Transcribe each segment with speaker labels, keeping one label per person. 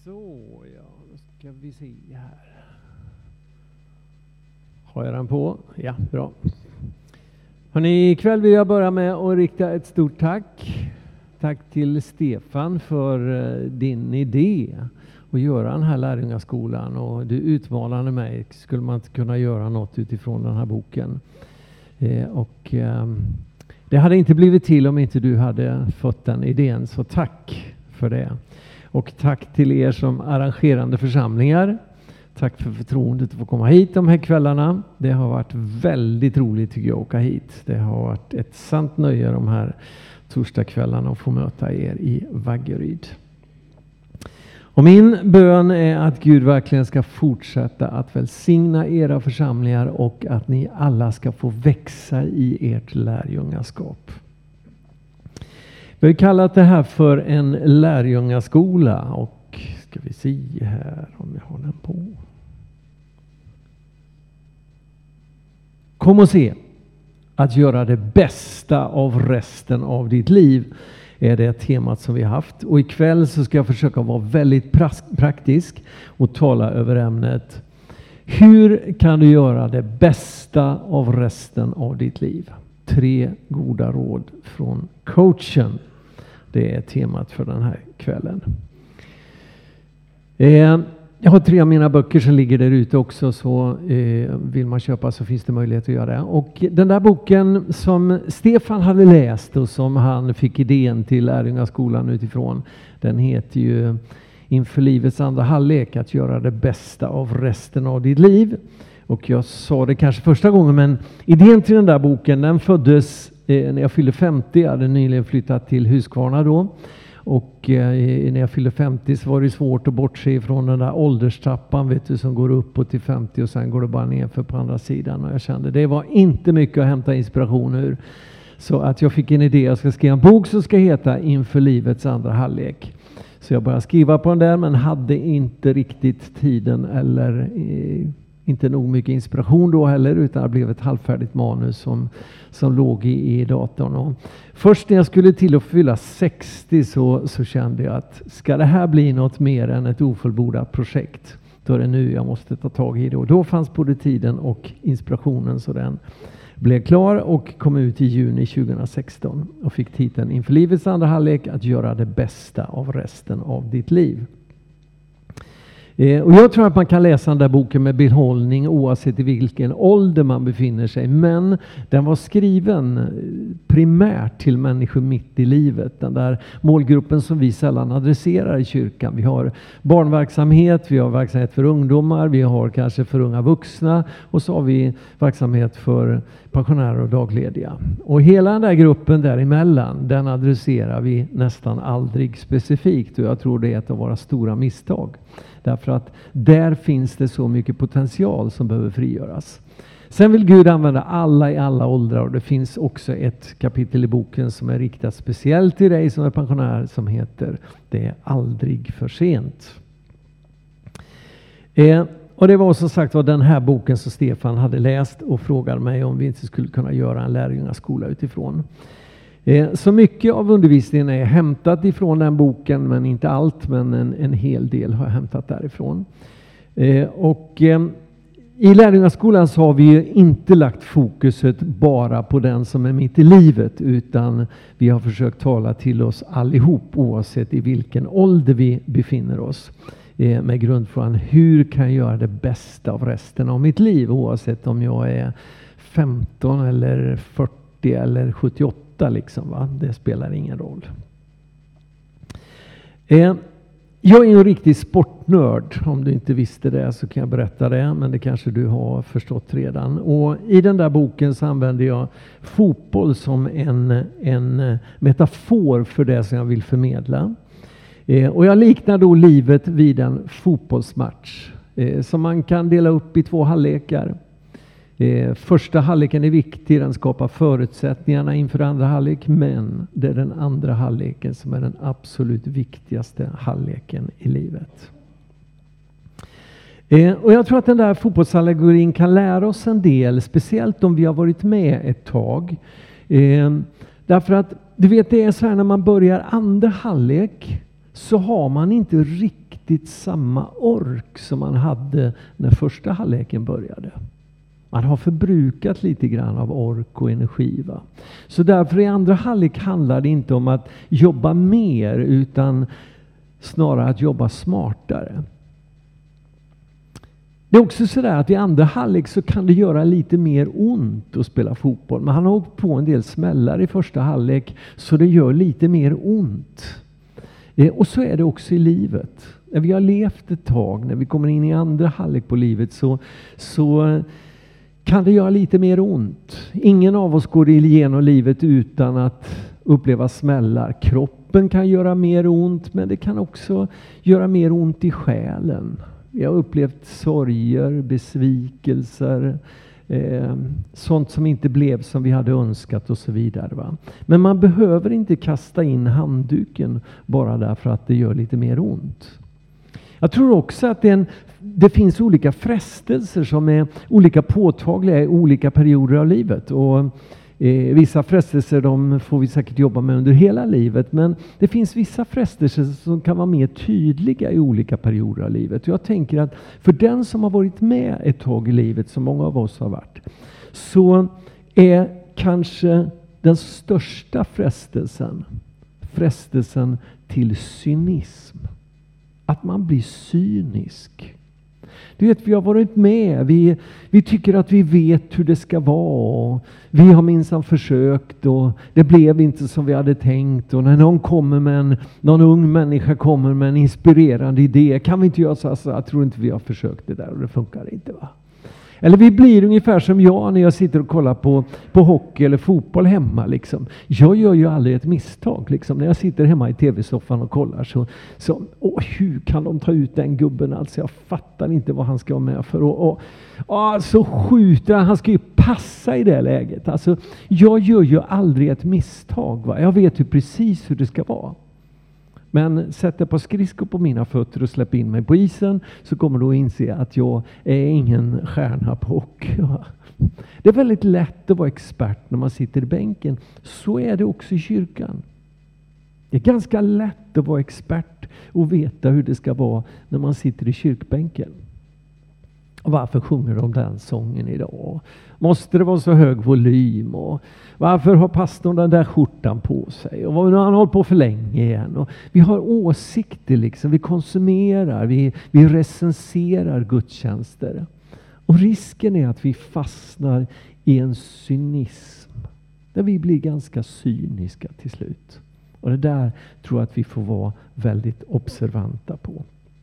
Speaker 1: Så, ja, då ska vi se här. Har jag den på? Ja, bra. Hörrni, ikväll vill jag börja med att rikta ett stort tack. Tack till Stefan för din idé att göra den här lärjungaskolan. Och du utmanade mig, skulle man inte kunna göra något utifrån den här boken. Det hade inte blivit till om inte du hade fått den idén, så tack för det. Och tack till er som arrangerande församlingar. Tack för förtroendet att få komma hit de här kvällarna. Det har varit väldigt roligt tycker jag att åka hit. Det har varit ett sant nöje de här torsdagskvällarna att få möta er i Vaggeryd. Och min bön är att Gud verkligen ska fortsätta att välsigna era församlingar och att ni alla ska få växa i ert lärjungaskap. Vi har kallat det här för en lärjungaskola och ska vi se här om jag har den på. Kom och se att göra det bästa av resten av ditt liv är det temat som vi har haft. Och ikväll så ska jag försöka vara väldigt praktisk och tala över ämnet. Hur kan du göra det bästa av resten av ditt liv? 3 goda råd från coachen. Det är temat för den här kvällen. Jag har 3 av mina böcker som ligger där ute också, så vill man köpa så finns det möjlighet att göra det. Och den där boken som Stefan hade läst och som han fick idén till lärjungaskolan utifrån, den heter ju Inför livets andra halvlek, att göra det bästa av resten av ditt liv. Och jag sa det kanske första gången, men idén till den där boken den föddes när jag fyllde 50. Jag hade nyligen flyttat till Huskvarna då. Och när jag fyllde 50 så var det svårt att bortse från den där ålderstrappan, vet du, som går uppåt till 50 och sen går det bara ner för på andra sidan. Och jag kände det var inte mycket att hämta inspiration ur. Så att jag fick en idé, jag ska skriva en bok som ska heta Inför livets andra halvlek. Så jag började skriva på den där, men hade inte riktigt tiden eller inte nog mycket inspiration då heller, utan det blev ett halvfärdigt manus som låg i datorn. Och först när jag skulle till att fylla 60 så kände jag att ska det här bli något mer än ett ofullbordat projekt, då är det nu jag måste ta tag i det. Och då fanns både tiden och inspirationen, så den blev klar och kom ut i juni 2016 och fick titeln Inför livets andra halvlek, att göra det bästa av resten av ditt liv. Och jag tror att man kan läsa den där boken med behållning oavsett i vilken ålder man befinner sig. Men den var skriven primärt till människor mitt i livet. Den där målgruppen som vi sällan adresserar i kyrkan. Vi har barnverksamhet, vi har verksamhet för ungdomar, vi har kanske för unga vuxna och så har vi verksamhet för pensionärer och daglediga. Och hela den där gruppen däremellan, den adresserar vi nästan aldrig specifikt. Och jag tror det är ett av våra stora misstag. Därför att där finns det så mycket potential som behöver frigöras. Sen vill Gud använda alla i alla åldrar, och det finns också ett kapitel i boken som är riktat speciellt till dig som är pensionär som heter Det är aldrig för sent. Och det var som sagt var den här boken som Stefan hade läst och frågade mig om vi inte skulle kunna göra en lärjungaskola utifrån. Så mycket av undervisningen är hämtat ifrån den boken, men inte allt, men en hel del har jag hämtat därifrån. I lärjungaskolan så har vi inte lagt fokuset bara på den som är mitt i livet, utan vi har försökt tala till oss allihop oavsett i vilken ålder vi befinner oss. Med grundfrågan, hur kan jag göra det bästa av resten av mitt liv, oavsett om jag är 15 eller 40 eller 78. Liksom, va? Det spelar ingen roll. Jag är en riktig sportnörd. Om du inte visste det så kan jag berätta det, men det kanske du har förstått redan. Och i den där boken så använder jag fotboll som en metafor för det som jag vill förmedla. Och jag liknar då livet vid en fotbollsmatch som man kan dela upp i 2 halvlekar. Första halvleken är viktig, den skapar förutsättningarna inför andra halvlek, men det är den andra halvleken som är den absolut viktigaste halvleken i livet. Och jag tror att den där fotbollsallegorin kan lära oss en del, speciellt om vi har varit med ett tag. Därför att du vet, det är så här, när man börjar andra halvlek så har man inte riktigt riktigt samma ork som man hade när första halvleken började. Man har förbrukat lite grann av ork och energi. Va? Så därför i andra halvlek handlar det inte om att jobba mer utan snarare att jobba smartare. Det är också så där att i andra halvlek så kan det göra lite mer ont att spela fotboll. Men han har åkt på en del smällar i första halvlek så det gör lite mer ont. Och så är det också i livet. När vi har levt ett tag, när vi kommer in i andra halvlek på livet så kan det göra lite mer ont. Ingen av oss går igenom livet utan att uppleva smällar. Kroppen kan göra mer ont, men det kan också göra mer ont i själen. Vi har upplevt sorger, besvikelser, sånt som inte blev som vi hade önskat och så vidare. Va? Men man behöver inte kasta in handduken bara därför att det gör lite mer ont. Jag tror också att det finns olika frestelser som är olika påtagliga i olika perioder av livet. Och vissa frestelser de får vi säkert jobba med under hela livet. Men det finns vissa frestelser som kan vara mer tydliga i olika perioder av livet. Och jag tänker att för den som har varit med ett tag i livet, som många av oss har varit, så är kanske den största frestelsen till cynism. Att man blir cynisk. Du vet, vi har varit med. Vi tycker att vi vet hur det ska vara. Vi har minsann försökt och det blev inte som vi hade tänkt. Och när någon ung människa kommer med en inspirerande idé, kan vi inte göra så? Jag tror inte vi har försökt det där och det funkar inte, va? Eller vi blir ungefär som jag när jag sitter och kollar på hockey eller fotboll hemma. Liksom. Jag gör ju aldrig ett misstag. Liksom. När jag sitter hemma i tv-soffan och kollar så hur kan de ta ut den gubben? Alltså, jag fattar inte vad han ska vara med för. Så skjuter han ska ju passa i det läget. Alltså, jag gör ju aldrig ett misstag. Va? Jag vet ju precis hur det ska vara. Men sätter på skridskor på mina fötter och släpper in mig på isen så kommer du att inse att jag är ingen stjärna på hockey. Det är väldigt lätt att vara expert när man sitter i bänken. Så är det också i kyrkan. Det är ganska lätt att vara expert och veta hur det ska vara när man sitter i kyrkbänken. Varför sjunger de den sången idag? Måste det vara så hög volym? Och varför har pastorn den där skjortan på sig? Och vad har han hållit på för länge igen? Och vi har åsikter liksom. Vi konsumerar. Vi recenserar gudstjänster. Och risken är att vi fastnar i en cynism. Där vi blir ganska cyniska till slut. Och det där tror jag att vi får vara väldigt observanta på.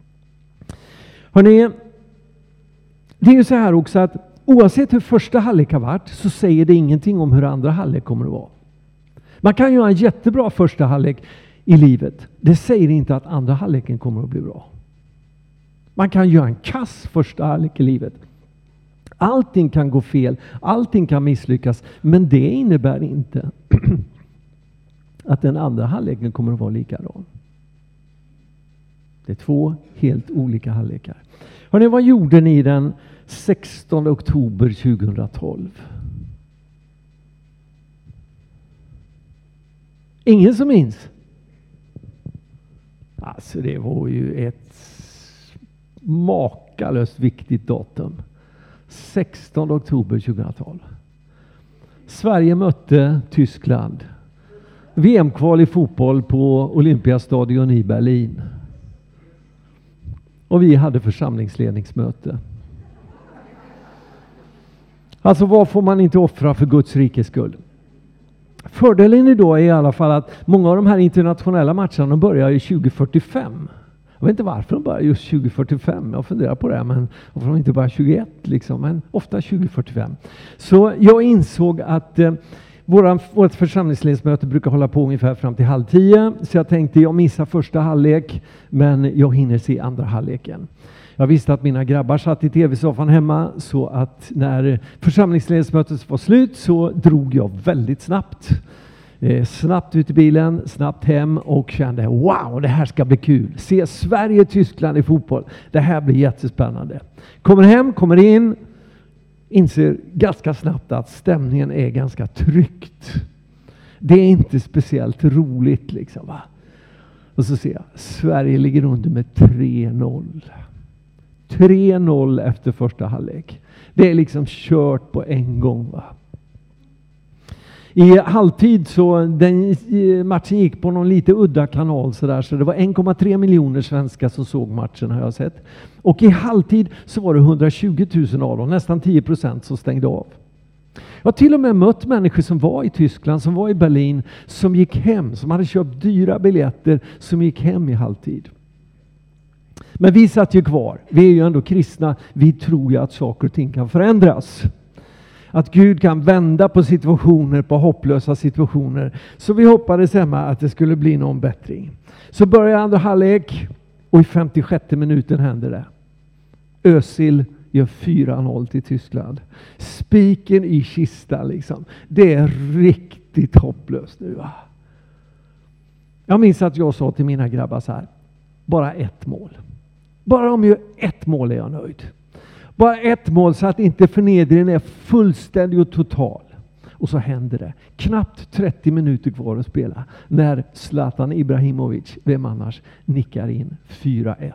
Speaker 1: Hörrni, det är ju så här också att oavsett hur första halvlek har varit så säger det ingenting om hur andra halvlek kommer att vara. Man kan ju ha en jättebra första halvlek i livet. Det säger inte att andra halvleken kommer att bli bra. Man kan göra en kass första halvlek i livet. Allting kan gå fel, allting kan misslyckas, men det innebär inte att den andra halvleken kommer att vara likadan. Det är två helt olika halvlekar. Hörrni, vad gjorde ni den 16 oktober 2012? Ingen som minns? Alltså det var ju ett makalöst viktigt datum. 16 oktober 2012. Sverige mötte Tyskland. VM-kval i fotboll på Olympiastadion i Berlin. Och vi hade församlingsledningsmöte. Alltså vad får man inte offra för Guds rikes skull? Fördelen idag är i alla fall att många av de här internationella matcherna börjar i 2045. Jag vet inte varför de börjar just 2045. Jag funderar på det, men varför de inte bara 21 liksom, men ofta 2045. Så jag insåg att vårt församlingsledningsmöte brukar hålla på ungefär fram till 9:30. Så jag tänkte jag missar första halvlek, men jag hinner se andra halvleken. Jag visste att mina grabbar satt i tv-soffan hemma, så att när församlingsledningsmötet var slut så drog jag väldigt snabbt. Snabbt ut i bilen, snabbt hem och kände wow, det här ska bli kul. Se Sverige-Tyskland i fotboll. Det här blir jättespännande. Kommer hem, kommer in, inser ganska snabbt att stämningen är ganska tryckt. Det är inte speciellt roligt liksom, va? Och så ser jag, Sverige ligger under med 3-0. 3-0 efter första halvlek. Det är liksom kört på en gång, va. I halvtid så matchen gick på någon lite udda kanal så det var 1,3 miljoner svenskar som såg matchen, har jag sett. Och i halvtid så var det 120 000 av dem, nästan 10% som stängde av. Jag har till och med mött människor som var i Tyskland, som var i Berlin, som gick hem, som hade köpt dyra biljetter, som gick hem i halvtid. Men vi satt ju kvar. Vi är ju ändå kristna. Vi tror ju att saker och ting kan förändras. Att Gud kan vända på situationer, på hopplösa situationer. Så vi hoppades hemma att det skulle bli någon bättring. Så börjar andra halvlek och i 56 minuten händer det. Özil gör 4-0 till Tyskland. Spiken i kista liksom. Det är riktigt hopplöst nu, va? Jag minns att jag sa till mina grabbar så här: bara ett mål. Bara de gör ett mål är jag nöjd. Bara ett mål så att inte förnedringen är fullständig och total. Och så händer det. Knappt 30 minuter kvar att spela när Zlatan Ibrahimovic, vem annars, nickar in 4-1.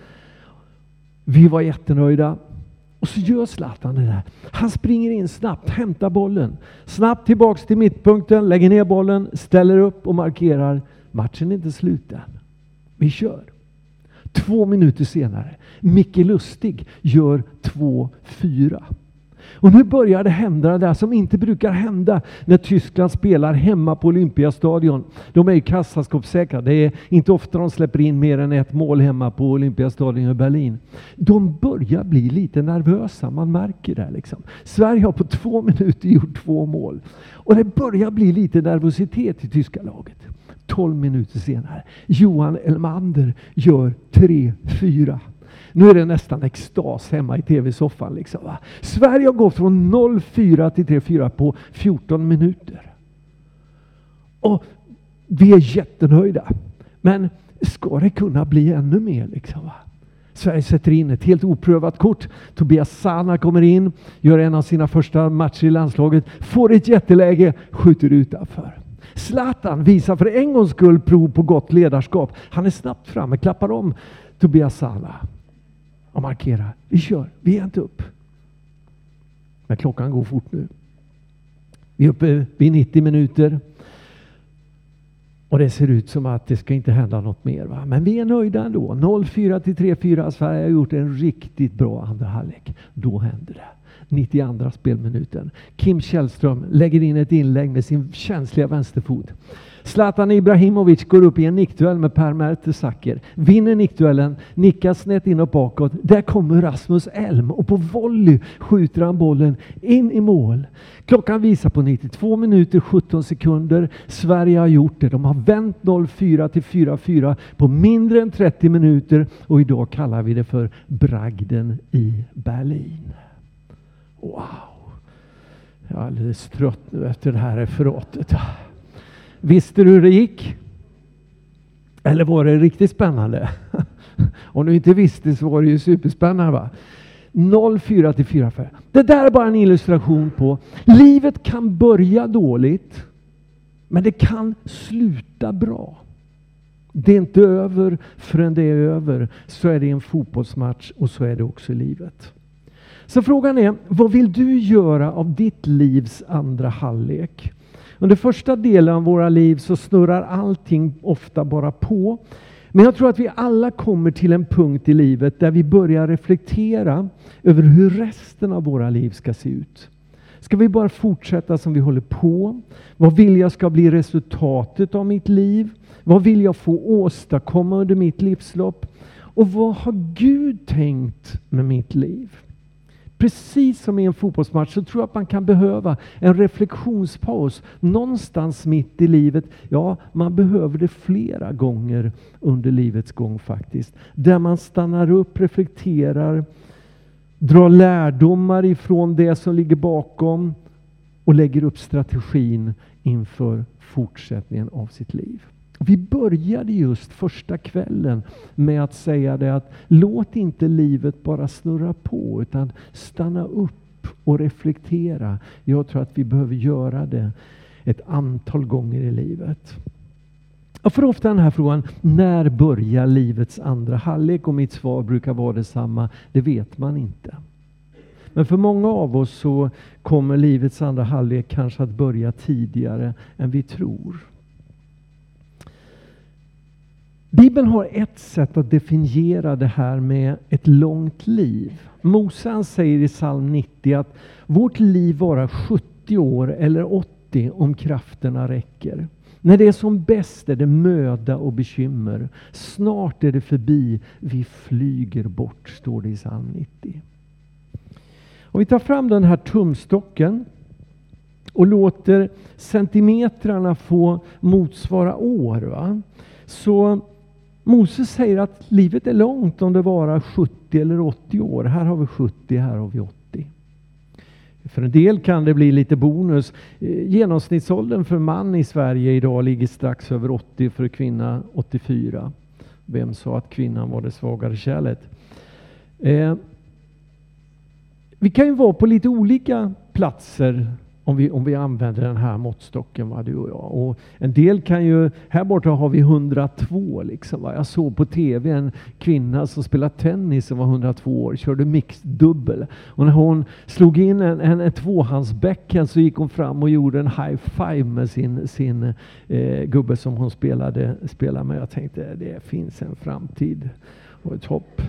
Speaker 1: Vi var jättenöjda. Och så gör Zlatan det där. Han springer in snabbt, hämtar bollen. Snabbt tillbaks till mittpunkten, lägger ner bollen, ställer upp och markerar. Matchen är inte slut än. Vi kör. 2 minuter senare, Micke Lustig gör 2-4. Och nu börjar det hända det där som inte brukar hända när Tyskland spelar hemma på Olympiastadion. De är ju kassaskåpssäkra. Det är inte ofta de släpper in mer än ett mål hemma på Olympiastadion i Berlin. De börjar bli lite nervösa, man märker det liksom. Sverige har på 2 minuter gjort 2 mål. Och det börjar bli lite nervositet i tyska laget. 12 minuter senare, Johan Elmander gör 3-4. Nu är det nästan extas hemma i tv-soffan. Liksom, va? Sverige har gått från 0-4 till 3-4 på 14 minuter. Och vi är jättenöjda. Men ska det kunna bli ännu mer? Liksom, va? Sverige sätter in ett helt oprövat kort. Tobias Sana kommer in, gör en av sina första matcher i landslaget, får ett jätteläge, skjuter utanför. Zlatan visar för en gångs skull prov på gott ledarskap. Han är snabbt framme, klappar om Tobias Sana och markerar. Vi kör, vi är inte upp. Men klockan går fort nu. Vi är uppe vid 90 minuter. Och det ser ut som att det ska inte hända något mer. Va? Men vi är nöjda ändå. 0-4 till 3-4. Sverige har gjort en riktigt bra andra halvlek. Då händer det. 92 spelminuten. Kim Källström lägger in ett inlägg med sin känsliga vänsterfot. Zlatan Ibrahimovic går upp i en nickduell med Per Mertesacker. Vinner nickduellen, nickar snett in och bakåt. Där kommer Rasmus Elm och på volley skjuter han bollen in i mål. Klockan visar på 92 minuter 17 sekunder. Sverige har gjort det. De har vänt 0-4 till 4-4 på mindre än 30 minuter. Och idag kallar vi det för bragden i Berlin. Wow! Jag är alldeles trött nu efter det här referatet. Visste du hur det gick? Eller var det riktigt spännande? Om du inte visste så var det ju superspännande, va? 0-4 till 4-4. Det där är bara en illustration på livet kan börja dåligt, men det kan sluta bra. Det är inte över förrän det är över. Så är det i en fotbollsmatch och så är det också i livet. Så frågan är, vad vill du göra av ditt livs andra halvlek? Under första delen av våra liv så snurrar allting ofta bara på. Men jag tror att vi alla kommer till en punkt i livet där vi börjar reflektera över hur resten av våra liv ska se ut. Ska vi bara fortsätta som vi håller på? Vad vill jag ska bli resultatet av mitt liv? Vad vill jag få åstadkomma under mitt livslopp? Och vad har Gud tänkt med mitt liv? Precis som i en fotbollsmatch så tror jag att man kan behöva en reflektionspaus någonstans mitt i livet. Ja, man behöver det flera gånger under livets gång faktiskt. Där man stannar upp, reflekterar, drar lärdomar ifrån det som ligger bakom och lägger upp strategin inför fortsättningen av sitt liv. Vi började just första kvällen med att säga det att låt inte livet bara snurra på utan stanna upp och reflektera. Jag tror att vi behöver göra det ett antal gånger i livet. Jag får ofta den här frågan, när börjar livets andra halvlek? Och mitt svar brukar vara detsamma, det vet man inte. Men för många av oss så kommer livets andra halvlek kanske att börja tidigare än vi tror. Bibeln har ett sätt att definiera det här med ett långt liv. Mose säger i psalm 90 att vårt liv varar 70 år eller 80 om krafterna räcker. När det är som bäst är det möda och bekymmer. Snart är det förbi, vi flyger bort, står det i psalm 90. Om vi tar fram den här tumstocken och låter centimetrarna få motsvara år. Så Moses säger att livet är långt om det varar 70 eller 80 år. Här har vi 70, här har vi 80. För en del kan det bli lite bonus. Genomsnittsåldern för man i Sverige idag ligger strax över 80, för kvinna 84. Vem sa att kvinnan var det svagare kärlet? Vi kan ju vara på lite olika platser om vi använder den här måttstocken, du och jag. Och en del kan ju, här borta har vi 102 liksom. Jag såg på tv en kvinna som spelade tennis som var 102 år, körde mixed dubbel. Och när hon slog in en tvåhandsbackhand så gick hon fram och gjorde en high five med sin gubbe som hon spelade med. Jag tänkte, det finns en framtid och ett hopp.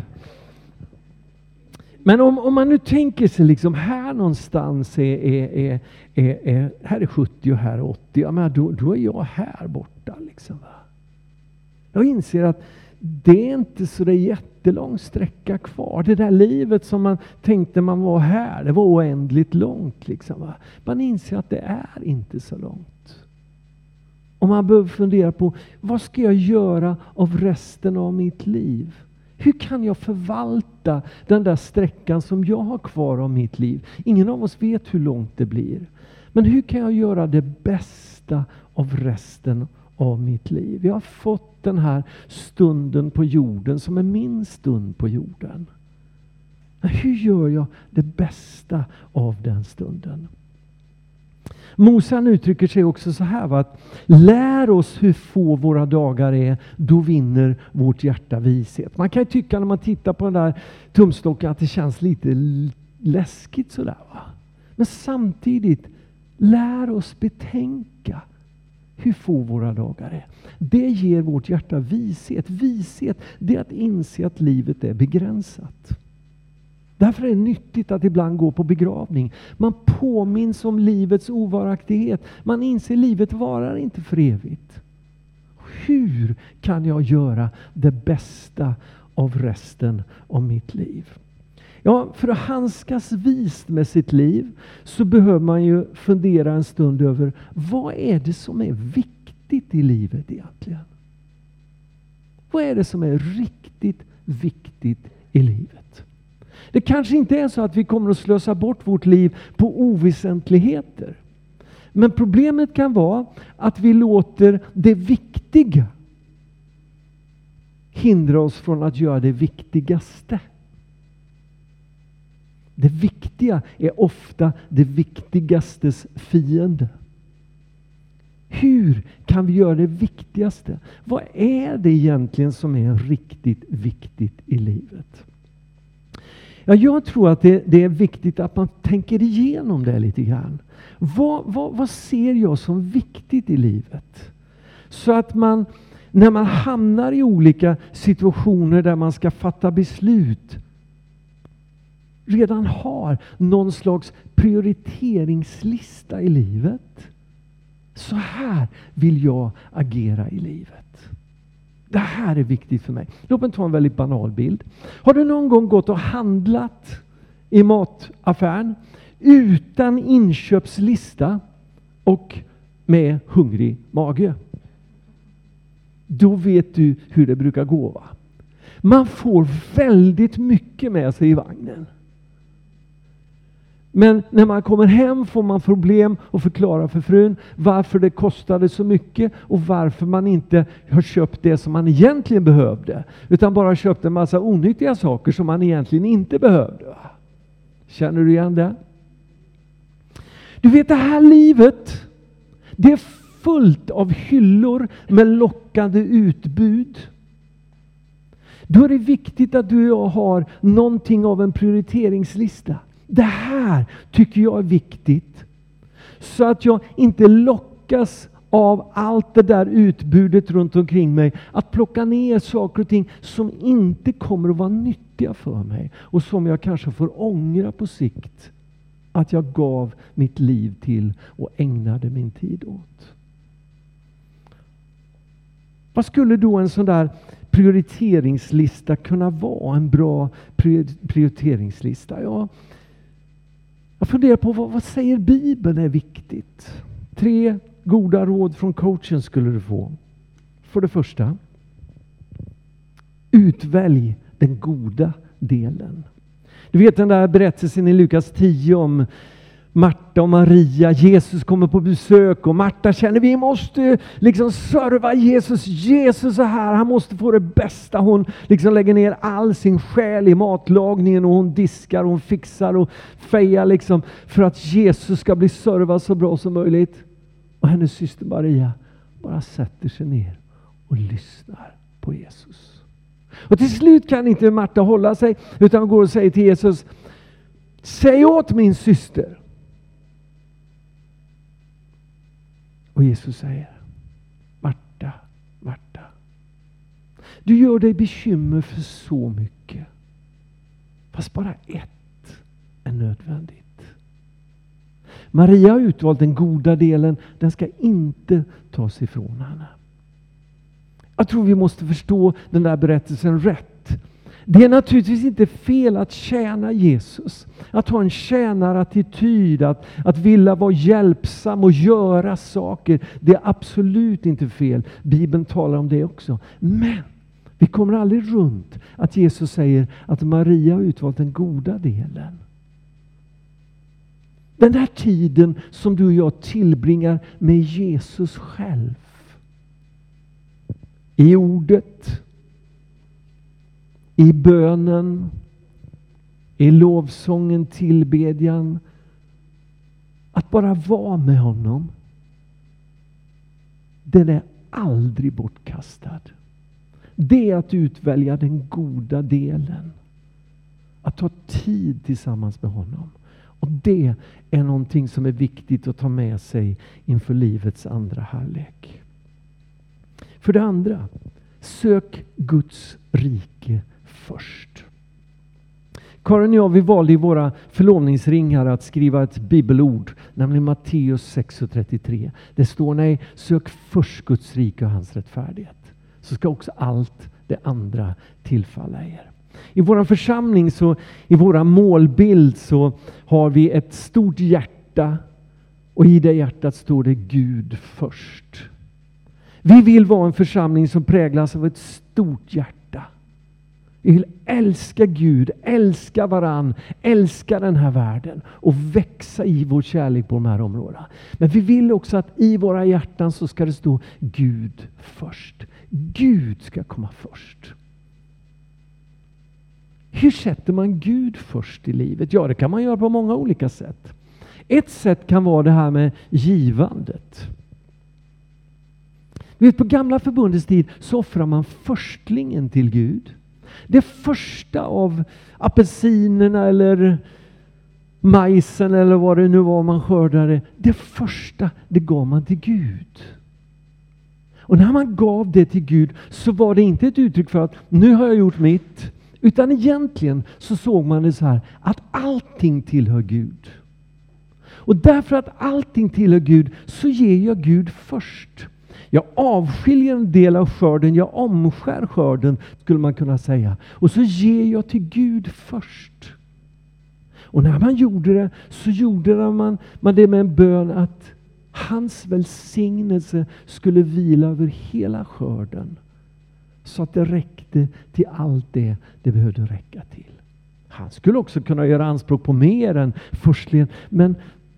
Speaker 1: Men om man nu tänker sig liksom här någonstans här är 70 och här är 80. Ja, men då är jag här borta. Liksom, va? Jag inser att det är inte så det jättelång sträcka kvar. Det där livet som man tänkte man var här, det var oändligt långt. Liksom, va? Man inser att det är inte så långt. Och man behöver fundera på, vad ska jag göra av resten av mitt liv? Hur kan jag förvalta den där sträckan som jag har kvar av mitt liv? Ingen av oss vet hur långt det blir. Men hur kan jag göra det bästa av resten av mitt liv? Jag har fått den här stunden på jorden som är min stund på jorden. Men hur gör jag det bästa av den stunden? Mose uttrycker sig också så här, att lär oss hur få våra dagar är, då vinner vårt hjärta vishet. Man kan ju tycka när man tittar på den där tumstocken att det känns lite läskigt sådär, va? Men samtidigt, lär oss betänka hur få våra dagar är. Det ger vårt hjärta vishet. Vishet, det är att inse att livet är begränsat. Därför är det nyttigt att ibland gå på begravning. Man påminns om livets ovaraktighet. Man inser att livet varar inte för evigt. Hur kan jag göra det bästa av resten av mitt liv? Ja, för att handskas vist med sitt liv så behöver man ju fundera en stund över vad är det som är viktigt i livet egentligen? Vad är det som är riktigt viktigt i livet? Det kanske inte är så att vi kommer att slösa bort vårt liv på oväsentligheter. Men problemet kan vara att vi låter det viktiga hindra oss från att göra det viktigaste. Det viktiga är ofta det viktigastes fiende. Hur kan vi göra det viktigaste? Vad är det egentligen som är riktigt viktigt i livet? Ja, jag tror att det är viktigt att man tänker igenom det lite grann. Vad ser jag som viktigt i livet? Så att man, när man hamnar i olika situationer där man ska fatta beslut, redan har någon slags prioriteringslista i livet. Så här vill jag agera i livet. Det här är viktigt för mig. Låt mig ta en väldigt banal bild. Har du någon gång gått och handlat i mataffären utan inköpslista och med hungrig mage? Då vet du hur det brukar gå, va? Man får väldigt mycket med sig i vagnen. Men när man kommer hem får man problem att förklara för frun varför det kostade så mycket och varför man inte har köpt det som man egentligen behövde. Utan bara köpt en massa onyttiga saker som man egentligen inte behövde. Känner du igen det? Du vet, det här livet, det är fullt av hyllor med lockande utbud. Då är det viktigt att du och jag har någonting av en prioriteringslista. Det här tycker jag är viktigt. Så att jag inte lockas av allt det där utbudet runt omkring mig. Att plocka ner saker och ting som inte kommer att vara nyttiga för mig. Och som jag kanske får ångra på sikt. Att jag gav mitt liv till och ägnade min tid åt. Vad skulle då en sån där prioriteringslista kunna vara? En bra prioriteringslista? Ja, jag funderar på vad säger Bibeln är viktigt? 3 goda råd från coachen skulle du få. För det första, utvälj den goda delen. Du vet den där berättelsen i Lukas 10 om Marta och Maria. Jesus kommer på besök och Marta känner vi måste liksom serva Jesus. Jesus är här, han måste få det bästa. Hon liksom lägger ner all sin själ i matlagningen och hon diskar och hon fixar och fejar liksom för att Jesus ska bli servad så bra som möjligt. Och hennes syster Maria bara sätter sig ner och lyssnar på Jesus. Och till slut kan inte Marta hålla sig utan går och säger till Jesus: säg åt min syster. Och Jesus säger: Marta, Marta, du gör dig bekymmer för så mycket. Fast bara ett är nödvändigt. Maria har utvalt den goda delen. Den ska inte tas ifrån henne. Jag tror vi måste förstå den där berättelsen rätt. Det är naturligtvis inte fel att tjäna Jesus. Att ha en tjänarattityd. Att vilja vara hjälpsam och göra saker. Det är absolut inte fel. Bibeln talar om det också. Men vi kommer aldrig runt att Jesus säger att Maria har utvalt den goda delen. Den här tiden som du och jag tillbringar med Jesus själv. I ordet, i bönen, i lovsången, tillbedjan. Att bara vara med honom, den är aldrig bortkastad. Det är att utvälja den goda delen. Att ta tid tillsammans med honom. Och det är någonting som är viktigt att ta med sig inför livets andra halvlek. För det andra, sök Guds rike först. Karin och jag, vi valde i våra förlovningsringar att skriva ett bibelord, nämligen Matteus 6:33. Det står: nej, sök först Guds rike och hans rättfärdighet. Så ska också allt det andra tillfalla er. I vår församling, så i våra målbild, så har vi ett stort hjärta. Och i det hjärtat står det Gud först. Vi vill vara en församling som präglas av ett stort hjärta. Vi vill älska Gud, älska varann, älska den här världen och växa i vår kärlek på de här områdena. Men vi vill också att i våra hjärtan så ska det stå Gud först. Gud ska komma först. Hur sätter man Gud först i livet? Ja, det kan man göra på många olika sätt. Ett sätt kan vara det här med givandet. På gamla förbundets tid så offrar man förstlingen till Gud. Det första av apelsinerna eller majsen eller vad det nu var man skördade. Det första, det gav man till Gud. Och när man gav det till Gud så var det inte ett uttryck för att nu har jag gjort mitt. Utan egentligen så såg man det så här, att allting tillhör Gud. Och därför att allting tillhör Gud så ger jag Gud först. Jag avskiljer en del av skörden, jag omskär skörden skulle man kunna säga. Och så ger jag till Gud först. Och när man gjorde det så gjorde man det med en bön att hans välsignelse skulle vila över hela skörden. Så att det räckte till allt det behövde räcka till. Han skulle också kunna göra anspråk på mer än förstlingen. Men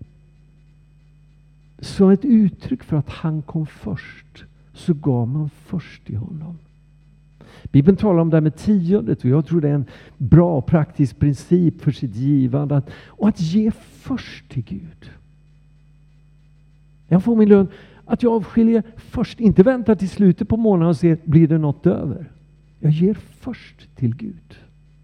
Speaker 1: som ett uttryck för att han kom först så gav man först till honom. Bibeln talar om det här med tiondet och jag tror det är en bra praktisk princip för sitt givande. Och att ge först till Gud. Jag får min lön Att jag avskiljer först, inte väntar till slutet på månaden och ser, blir det något över? Jag ger först till Gud.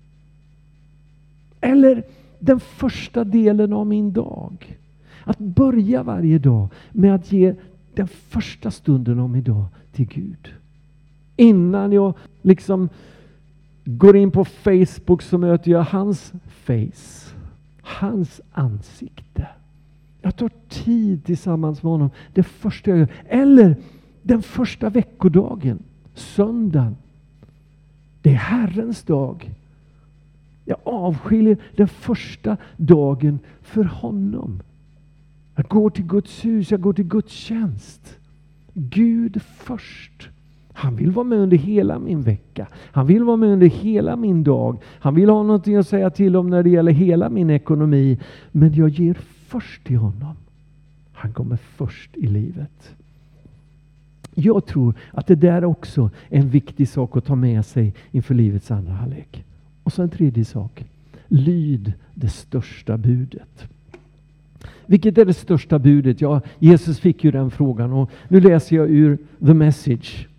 Speaker 1: Eller den första delen av min dag. Att börja varje dag med att ge den första stunden av min dag till Gud. Innan jag liksom går in på Facebook så möter jag hans face. Hans ansikte. Jag tar tid tillsammans med honom. Det första jag gör. Eller den första veckodagen. Söndagen. Det är Herrens dag. Jag avskiljer den första dagen för honom. Jag går till Guds hus. Jag går till Guds tjänst. Gud först. Han vill vara med under hela min vecka. Han vill vara med under hela min dag. Han vill ha någonting att säga till om när det gäller hela min ekonomi. Men jag ger först till honom. Han kommer först i livet. Jag tror att det där också är en viktig sak att ta med sig inför livets andra halvlek. Och så en tredje sak. Lyd det största budet. Vilket är det största budet? Ja, Jesus fick ju den frågan. Och nu läser jag ur The Message.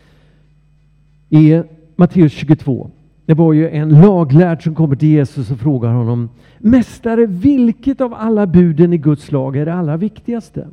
Speaker 1: I Matteus 22. Det var ju en laglärd som kommer till Jesus och frågar honom: Mästare, vilket av alla buden i Guds lag är det allra viktigaste?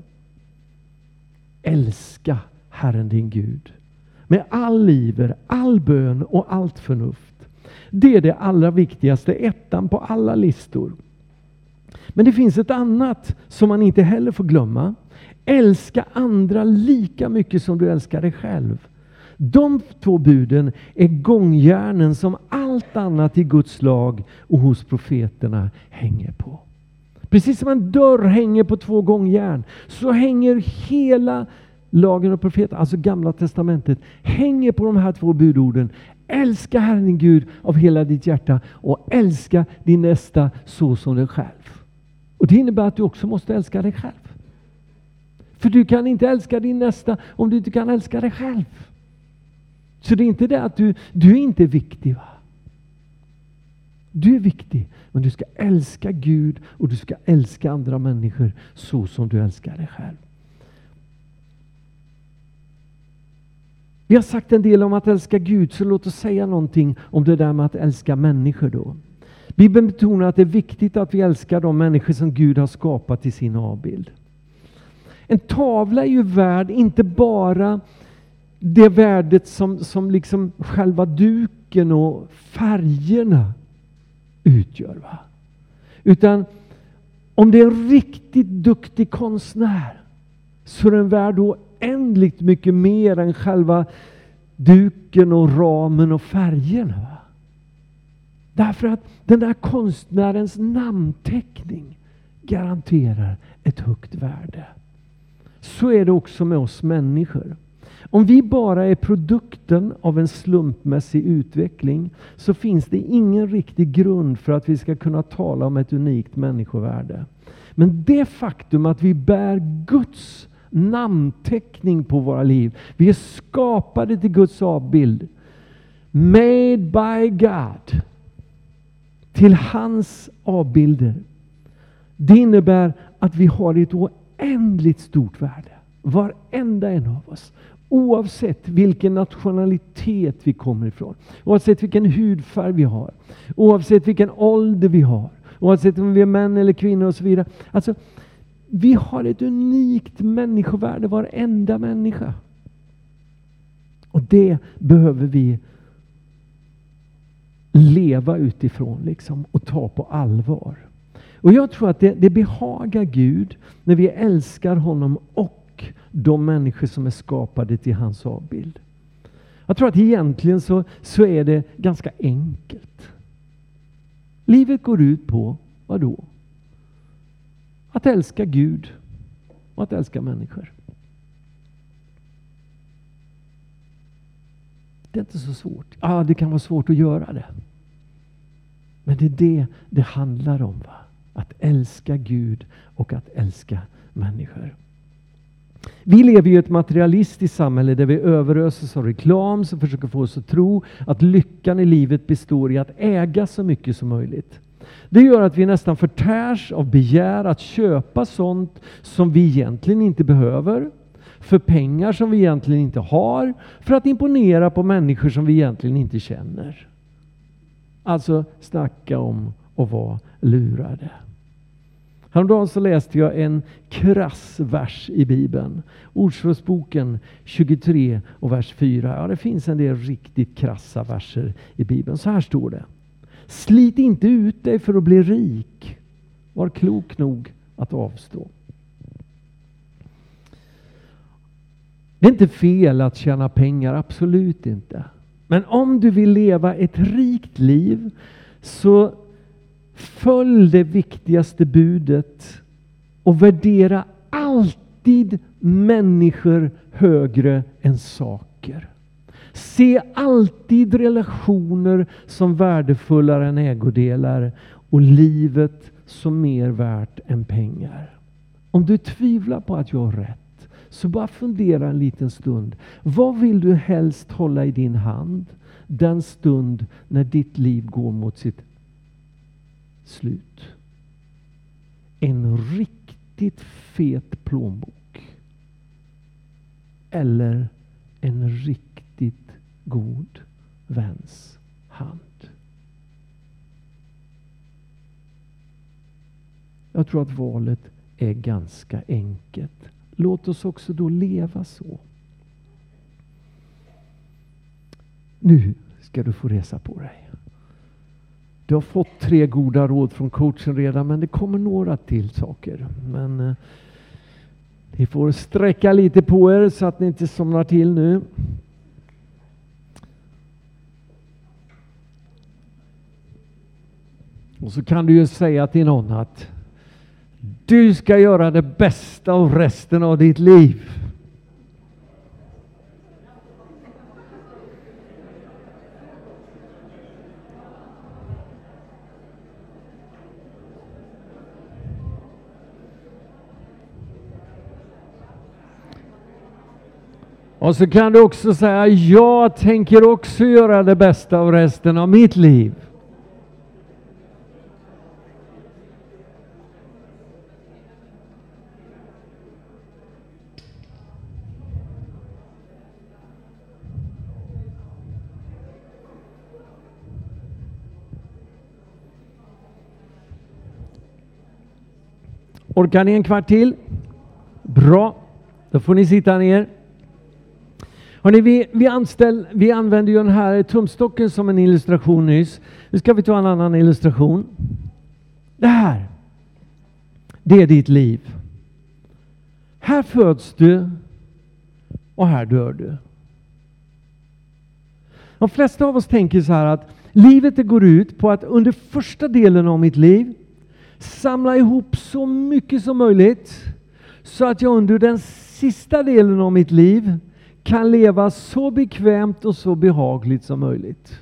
Speaker 1: Älska Herren din Gud med all iver, all bön och allt förnuft. Det är det allra viktigaste, ettan på alla listor. Men det finns ett annat som man inte heller får glömma. Älska andra lika mycket som du älskar dig själv. De två buden är gångjärnen som allt annat i Guds lag och hos profeterna hänger på. Precis som en dörr hänger på två gångjärn, så hänger hela lagen och profeterna, alltså Gamla testamentet, hänger på de här två budorden. Älska Herren din Gud av hela ditt hjärta och älska din nästa så som dig själv. Och det innebär att du också måste älska dig själv. För du kan inte älska din nästa om du inte kan älska dig själv. Så det är inte det att du är inte viktig, va? Du är viktig, men du ska älska Gud och du ska älska andra människor så som du älskar dig själv. Vi har sagt en del om att älska Gud, så låt oss säga någonting om det där med att älska människor då. Bibeln betonar att det är viktigt att vi älskar de människor som Gud har skapat i sin avbild. En tavla är ju värd inte bara det värdet som liksom själva duken och färgerna utgör, va? Utan om det är en riktigt duktig konstnär så är den värd oändligt mycket mer än själva duken och ramen och färgerna, va? Därför att den där konstnärens namnteckning garanterar ett högt värde. Så är det också med oss människor. Om vi bara är produkten av en slumpmässig utveckling så finns det ingen riktig grund för att vi ska kunna tala om ett unikt människovärde. Men det faktum att vi bär Guds namnteckning på våra liv, vi är skapade till Guds avbild, made by God, till hans avbilder. Det innebär att vi har ett oändligt stort värde. Varenda en av oss. Oavsett vilken nationalitet vi kommer ifrån. Oavsett vilken hudfärg vi har. Oavsett vilken ålder vi har. Oavsett om vi är män eller kvinnor och så vidare. Alltså, vi har ett unikt människovärde, varenda människa. Och det behöver vi leva utifrån liksom, och ta på allvar. Och jag tror att det behagar Gud när vi älskar honom och de människor som är skapade till hans avbild. Jag tror att egentligen så är det ganska enkelt. Livet går ut på, vad då? Att älska Gud och att älska människor. Det är inte så svårt. Ja, det kan vara svårt att göra det. Men det är det handlar om, va? Att älska Gud och att älska människor. Vi lever i ett materialistiskt samhälle där vi överöses av reklam som försöker få oss att tro att lyckan i livet består i att äga så mycket som möjligt. Det gör att vi nästan förtärs av begär att köpa sånt som vi egentligen inte behöver. för pengar som vi egentligen inte har, för att imponera på människor som vi egentligen inte känner. Alltså snacka om att vara lurade. Häromdagen så läste jag en krass vers i Bibeln. Ordspråksboken 23 och vers 4. Ja, det finns en del riktigt krassa verser i Bibeln. Så här står det. Slit inte ut dig för att bli rik. Var klok nog att avstå. Det är inte fel att tjäna pengar, absolut inte. Men om du vill leva ett rikt liv så följ det viktigaste budet och värdera alltid människor högre än saker. Se alltid relationer som värdefullare än ägodelar och livet som mer värt än pengar. Om du tvivlar på att jag har rätt, så bara fundera en liten stund. Vad vill du helst hålla i din hand den stund när ditt liv går mot sitt slut? En riktigt fet plånbok eller en riktigt god väns hand? Jag tror att valet är ganska enkelt. Låt oss också då leva så. Nu ska du få resa på dig. Du har fått 3 goda råd från coachen redan, men det kommer några till saker. Men ni får sträcka lite på er så att ni inte somnar till nu. Och så kan du ju säga till någon att du ska göra det bästa av resten av ditt liv. Och så kan du också säga, jag tänker också göra det bästa av resten av mitt liv. Orkar ni en kvart till? Bra, då får ni sitta ner. Hörrni, vi använder ju den här tumstocken som en illustration nyss. Nu ska vi ta en annan illustration. Det här, det är ditt liv. Här föds du och här dör du. De flesta av oss tänker så här att livet det går ut på att under första delen av mitt liv samla ihop så mycket som möjligt så att jag under den sista delen av mitt liv kan leva så bekvämt och så behagligt som möjligt.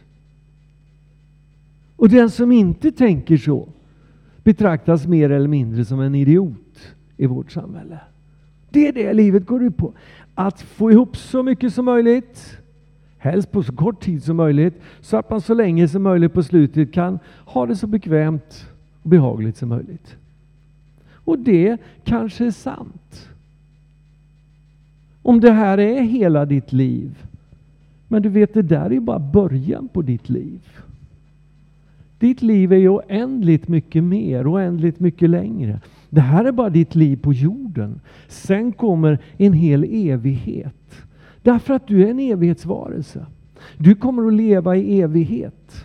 Speaker 1: Och den som inte tänker så betraktas mer eller mindre som en idiot i vårt samhälle. Det är det livet går ut på. Att få ihop så mycket som möjligt, helst på så kort tid som möjligt, så att man så länge som möjligt på slutet kan ha det så bekvämt och behagligt som möjligt. Och det kanske är sant. Om det här är hela ditt liv. Men du vet, det där är bara början på ditt liv. Ditt liv är ju oändligt mycket mer, oändligt mycket längre. Det här är bara ditt liv på jorden. Sen kommer en hel evighet. Därför att du är en evighetsvarelse. Du kommer att leva i evighet.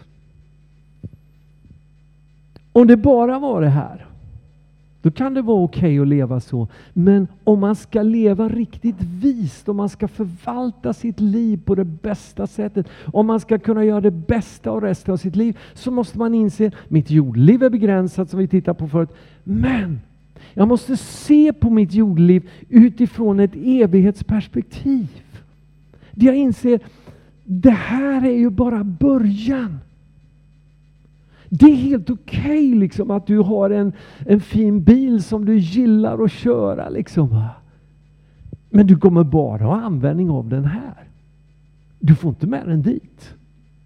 Speaker 1: Om det bara var det här, då kan det vara okej att leva så. Men om man ska leva riktigt vist, om man ska förvalta sitt liv på det bästa sättet, om man ska kunna göra det bästa av resten av sitt liv, så måste man inse att mitt jordliv är begränsat som vi tittar på förut. Men jag måste se på mitt jordliv utifrån ett evighetsperspektiv. Det jag inser, det här är ju bara början. Det är helt okej liksom att du har en fin bil som du gillar att köra liksom. Men du kommer bara ha användning av den här. Du får inte med den dit.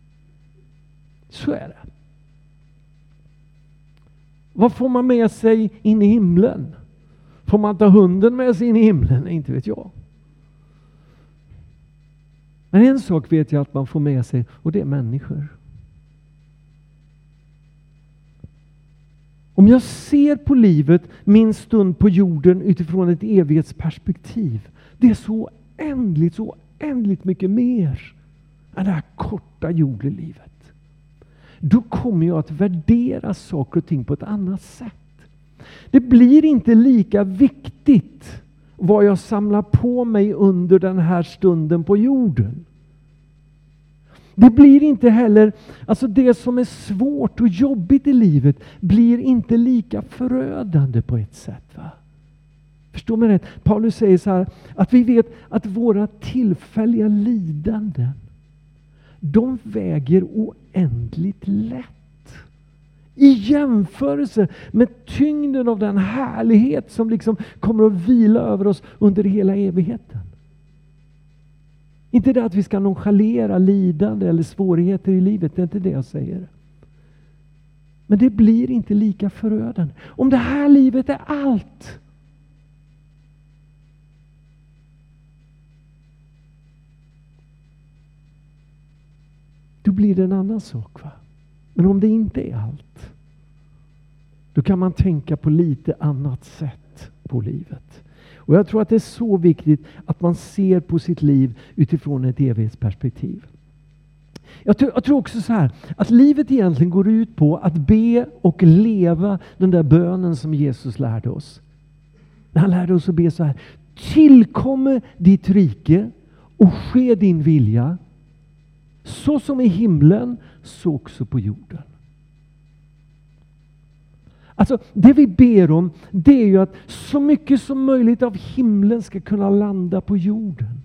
Speaker 1: Så är det. Vad får man med sig in i himlen? Får man ta hunden med sig in i himlen? Nej, inte vet jag. Men en sak vet jag att man får med sig, och det är människor. Om jag ser på livet, min stund på jorden utifrån ett evighetsperspektiv, det är så oändligt mycket mer än det här korta jordelivet. Då kommer jag att värdera saker och ting på ett annat sätt. Det blir inte lika viktigt vad jag samlar på mig under den här stunden på jorden. Det blir inte heller, alltså det som är svårt och jobbigt i livet blir inte lika förödande på ett sätt. Va? Förstår man rätt? Paulus säger så här, att vi vet att våra tillfälliga lidanden, de väger oändligt lätt i jämförelse med tyngden av den härlighet som liksom kommer att vila över oss under hela evigheten. Inte det att vi ska nonchalera lidande eller svårigheter i livet, det är inte det jag säger. Men det blir inte lika förödande. Om det här livet är allt, då blir det en annan sak. Va? Men om det inte är allt, då kan man tänka på lite annat sätt på livet. Och jag tror att det är så viktigt att man ser på sitt liv utifrån ett evighetsperspektiv. Jag tror också så här, att livet egentligen går ut på att be och leva den där bönen som Jesus lärde oss. När han lärde oss att be så här: tillkommer ditt rike och ske din vilja, så som i himlen, så också på jorden. Alltså det vi ber om, det är ju att så mycket som möjligt av himlen ska kunna landa på jorden.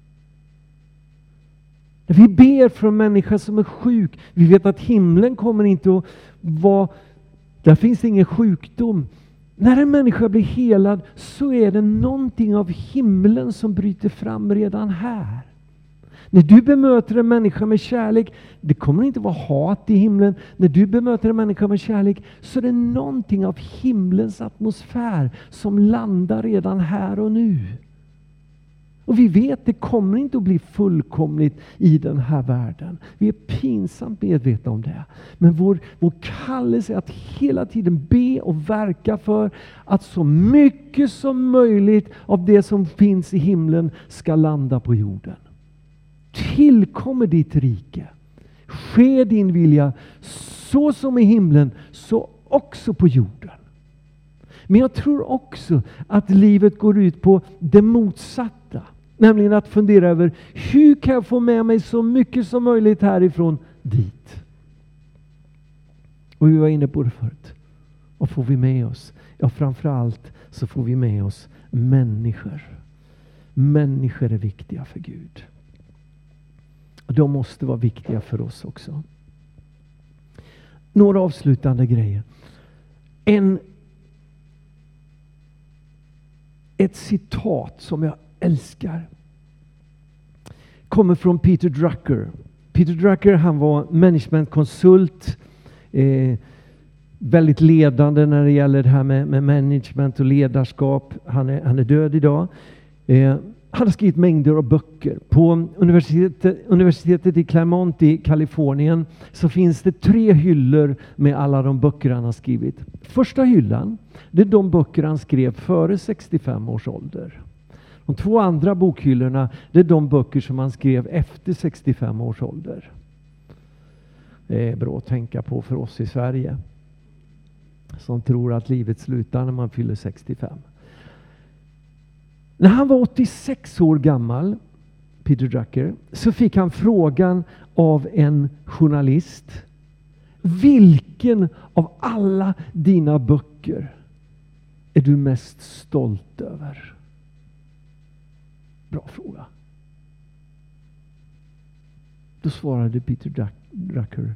Speaker 1: När vi ber för en människa som är sjuk, vi vet att himlen kommer inte att vara, där finns ingen sjukdom. När en människa blir helad så är det någonting av himlen som bryter fram redan här. När du bemöter en människa med kärlek, det kommer inte vara hat i himlen. När du bemöter en människa med kärlek så är det någonting av himlens atmosfär som landar redan här och nu. Och vi vet, det kommer inte att bli fullkomligt i den här världen. Vi är pinsamt medvetna om det. Men vår kallelse är att hela tiden be och verka för att så mycket som möjligt av det som finns i himlen ska landa på jorden. Tillkommer ditt rike, ske din vilja, så som i himlen, så också på jorden. Men jag tror också att livet går ut på det motsatta. Nämligen att fundera över, hur kan jag få med mig så mycket som möjligt härifrån dit? Och vi var inne på det förut. Vad får vi med oss? Ja, framförallt så får vi med oss människor. Människor är viktiga för Gud. De måste vara viktiga för oss också. Några avslutande grejer. Ett citat som jag älskar kommer från Peter Drucker. Peter Drucker, han var managementkonsult, väldigt ledande när det gäller det här med management och ledarskap. Han är död idag. Han har skrivit mängder av böcker. På universitetet i Claremont i Kalifornien så finns det 3 hyllor med alla de böcker han har skrivit. Första hyllan, det är de böcker han skrev före 65 års ålder. De 2 andra bokhyllorna, det är de böcker som han skrev efter 65 års ålder. Det är bra att tänka på för oss i Sverige som tror att livet slutar när man fyller 65. När han var 86 år gammal, Peter Drucker, så fick han frågan av en journalist: vilken av alla dina böcker är du mest stolt över? Bra fråga. Då svarade Peter Drucker: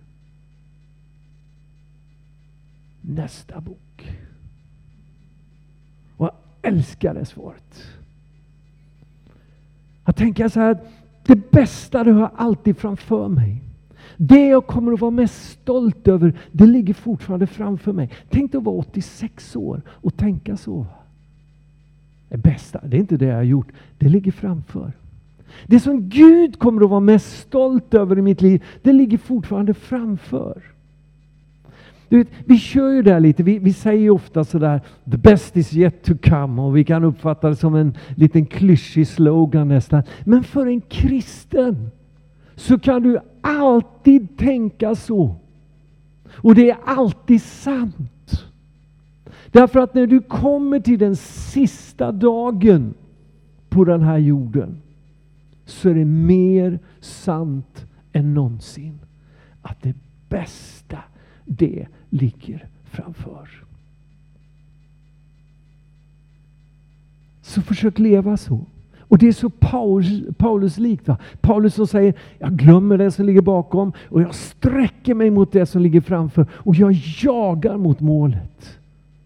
Speaker 1: nästa bok. Och jag älskar det svaret. Jag tänker så här, det bästa det har jag alltid framför mig. Det jag kommer att vara mest stolt över, det ligger fortfarande framför mig. Tänk att vara 86 år och tänka så. Det bästa, det är inte det jag har gjort, det ligger framför. Det som Gud kommer att vara mest stolt över i mitt liv, det ligger fortfarande framför. Du vet, vi kör ju där lite, vi säger ju ofta sådär, the best is yet to come, och vi kan uppfatta det som en liten klyschig slogan nästan. Men för en kristen så kan du alltid tänka så. Och det är alltid sant. Därför att när du kommer till den sista dagen på den här jorden, så är det mer sant än någonsin att det bästa, det ligger framför. Så försök leva så. Och det är så Paulus likt. Paulus som säger, jag glömmer det som ligger bakom och jag sträcker mig mot det som ligger framför och jag jagar mot målet.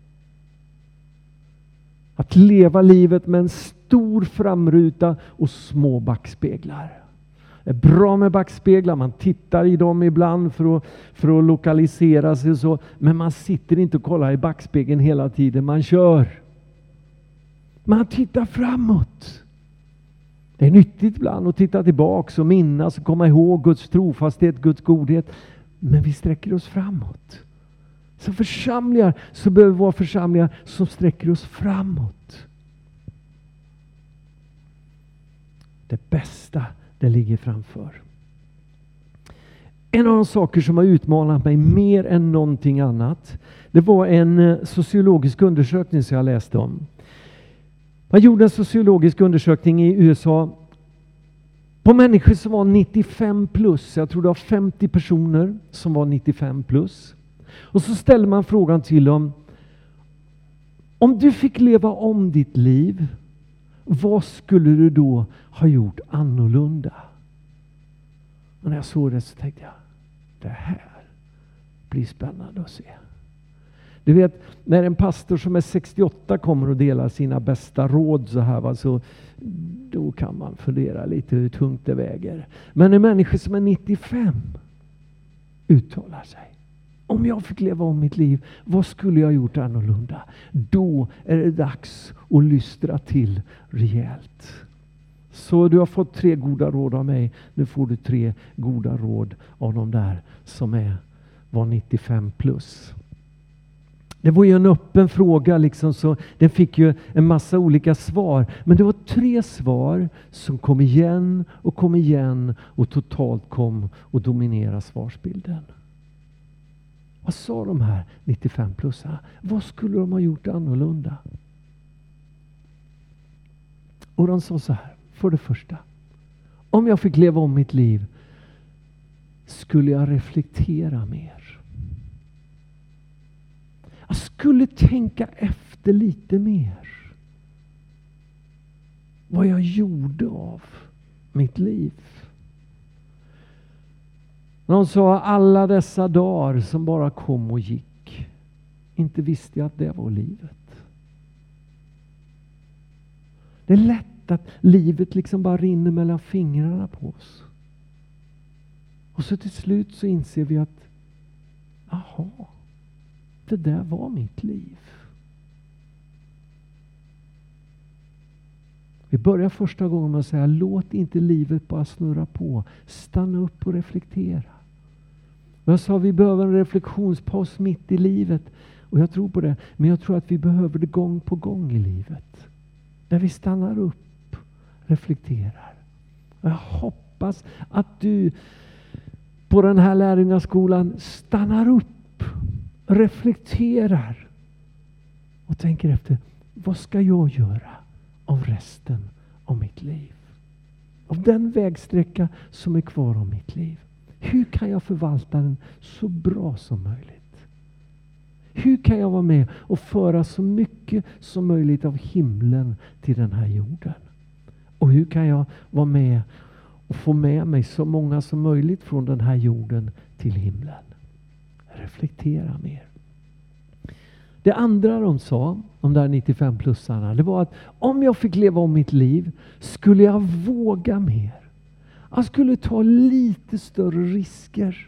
Speaker 1: Att leva livet med en stor framruta och små backspeglar. Det är bra med backspeglar, man tittar i dem ibland för att lokalisera sig och så. Men man sitter inte och kollar i backspegeln hela tiden, man kör. Man tittar framåt. Det är nyttigt ibland att titta tillbaka och minnas och komma ihåg Guds trofasthet, Guds godhet. Men vi sträcker oss framåt. Så församlingar så behöver vi vara församlingar som sträcker oss framåt. Det bästa, det ligger framför. En av de saker som har utmanat mig mer än någonting annat, det var en sociologisk undersökning som jag läste om. Man gjorde en sociologisk undersökning i USA på människor som var 95 plus. Jag tror det var 50 personer som var 95 plus. Och så ställde man frågan till dem: om du fick leva om ditt liv, vad skulle du då ha gjort annorlunda? Och när jag såg det så tänkte jag, det här blir spännande att se. Du vet, när en pastor som är 68 kommer och delar sina bästa råd så här, så då kan man fundera lite hur tungt det väger. Men en människa som är 95 uttalar sig: om jag fick leva om mitt liv, vad skulle jag ha gjort annorlunda? Då är det dags att lystra till rejält. Så du har fått 3 goda råd av mig. Nu får du 3 goda råd av de där som var 95 plus. Det var ju en öppen fråga liksom, så den fick ju en massa olika svar. Men det var 3 svar som kom igen och totalt kom att dominera svarsbilden. Vad sa de här 95-plussarna? Vad skulle de ha gjort annorlunda? Och de sa så här: för det första, om jag fick leva om mitt liv skulle jag reflektera mer. Jag skulle tänka efter lite mer vad jag gjorde av mitt liv. De sa: alla dessa dagar som bara kom och gick, inte visste jag att det var livet. Det är lätt att livet liksom bara rinner mellan fingrarna på oss. Och så till slut så inser vi att jaha, det där var mitt liv. Vi börjar första gången med att säga: låt inte livet bara snurra på. Stanna upp och reflektera. Och jag sa vi behöver en reflektionspaus mitt i livet. Och jag tror på det. Men jag tror att vi behöver det gång på gång i livet. Där vi stannar upp, reflekterar. Och jag hoppas att du på den här lärjungaskolan stannar upp, reflekterar och tänker efter: vad ska jag göra av resten av mitt liv? Av den vägsträcka som är kvar av mitt liv. Hur kan jag förvalta den så bra som möjligt? Hur kan jag vara med och föra så mycket som möjligt av himlen till den här jorden? Och hur kan jag vara med och få med mig så många som möjligt från den här jorden till himlen? Reflektera mer. Det andra de sa, de där 95-plussarna, det var att om jag fick leva om mitt liv skulle jag våga mer. Jag skulle ta lite större risker.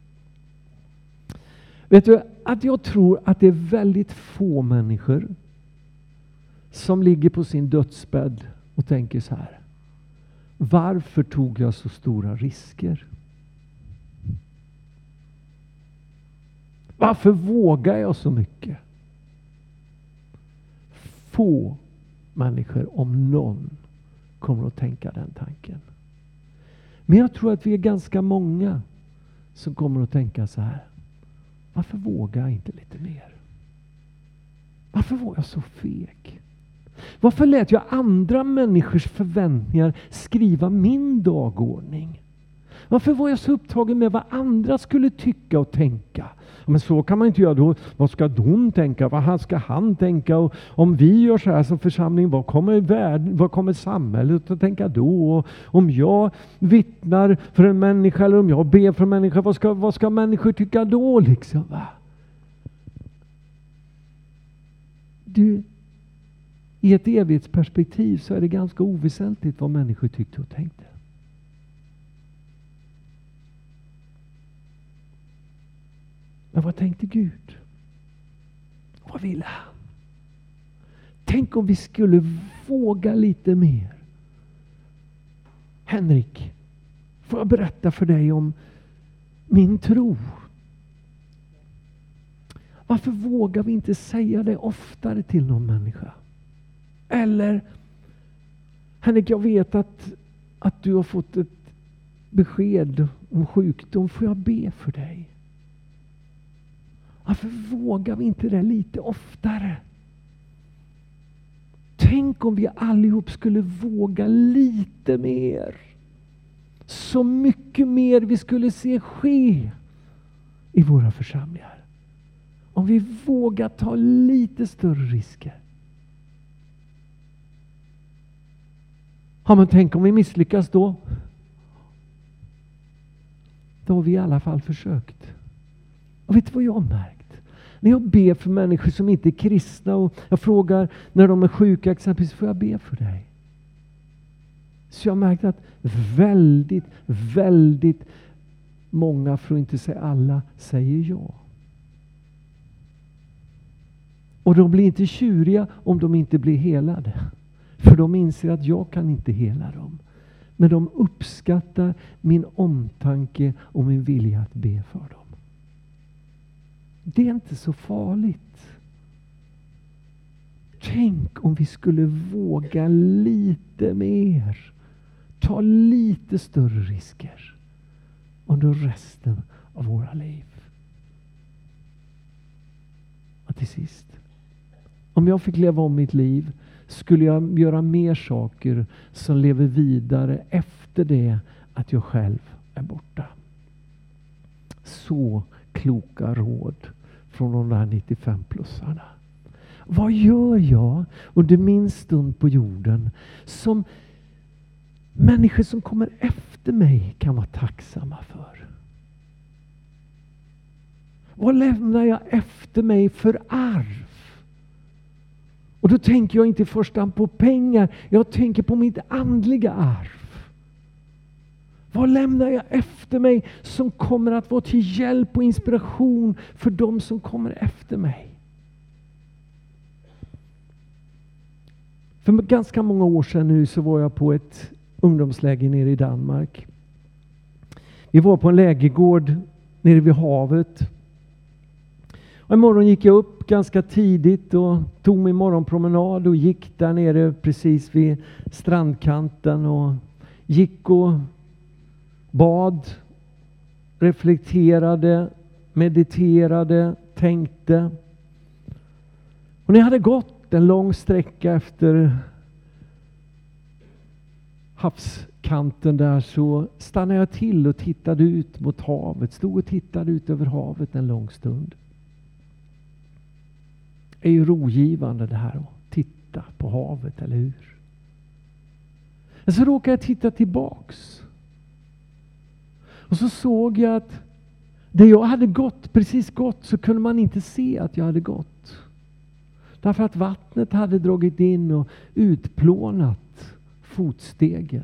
Speaker 1: Vet du, att jag tror att det är väldigt få människor som ligger på sin dödsbädd och tänker så här: Varför tog jag så stora risker? Varför vågar jag så mycket? Få människor, om någon, kommer att tänka den tanken. Men jag tror att vi är ganska många som kommer att tänka så här. Varför vågar jag inte lite mer? Varför var jag så feg? Varför lät jag andra människors förväntningar skriva min dagordning? Varför var jag så upptagen med vad andra skulle tycka och tänka? Men så kan man inte göra då. Vad ska de tänka? Vad ska han tänka? Och om vi gör så här som församling, vad kommer samhället att tänka då? Och om jag vittnar för en människa eller om jag ber för en människa, vad ska människor tycka då? Liksom, va? Du, i ett evighetsperspektiv så är det ganska oväsentligt vad människor tyckte och tänkte. Men vad tänkte Gud? Vad ville han? Tänk om vi skulle våga lite mer. Henrik, får jag berätta för dig om min tro? Varför vågar vi inte säga det oftare till någon människa? Eller, Henrik, jag vet att du har fått ett besked om sjukdom. Får jag be för dig? Varför vågar vi inte det lite oftare? Tänk om vi allihop skulle våga lite mer. Så mycket mer vi skulle se ske i våra församlingar. Om vi vågar ta lite större risker. Ja, men tänk om vi misslyckas då? Då har vi i alla fall försökt. Och vet du vad jag har märkt? När jag ber för människor som inte är kristna och jag frågar när de är sjuka exempelvis, får jag be för dig? Så jag har märkt att väldigt många, för att inte säga alla, säger ja. Och de blir inte tjuriga om de inte blir helade. För de inser att jag kan inte hela dem. Men de uppskattar min omtanke och min vilja att be för dem. Det är inte så farligt. Tänk om vi skulle våga lite mer. Ta lite större risker under resten av våra liv. Och till sist. Om jag fick leva om mitt liv skulle jag göra mer saker som lever vidare efter det att jag själv är borta. Så kloka råd från de där 95-plussarna. Vad gör jag under min stund på jorden som människor som kommer efter mig kan vara tacksamma för? Vad lämnar jag efter mig för arv? Och då tänker jag inte i första hand på pengar. Jag tänker på mitt andliga arv. Vad lämnar jag efter mig som kommer att vara till hjälp och inspiration för de som kommer efter mig? För ganska många år sedan nu så var jag på ett ungdomsläger nere i Danmark. Vi var på en lägergård nere vid havet. Och en morgon gick jag upp ganska tidigt och tog min morgonpromenad och gick där nere precis vid strandkanten och gick och bad, reflekterade, mediterade, tänkte. Och när jag hade gått en lång sträcka efter havskanten där så stannade jag till och tittade ut mot havet. Stod och tittade ut över havet en lång stund. Det är ju rogivande det här att titta på havet, eller hur? Men så råkade jag titta tillbaks. Och så såg jag att där jag hade gått, precis gått, så kunde man inte se att jag hade gått. Därför att vattnet hade dragit in och utplånat fotstegen.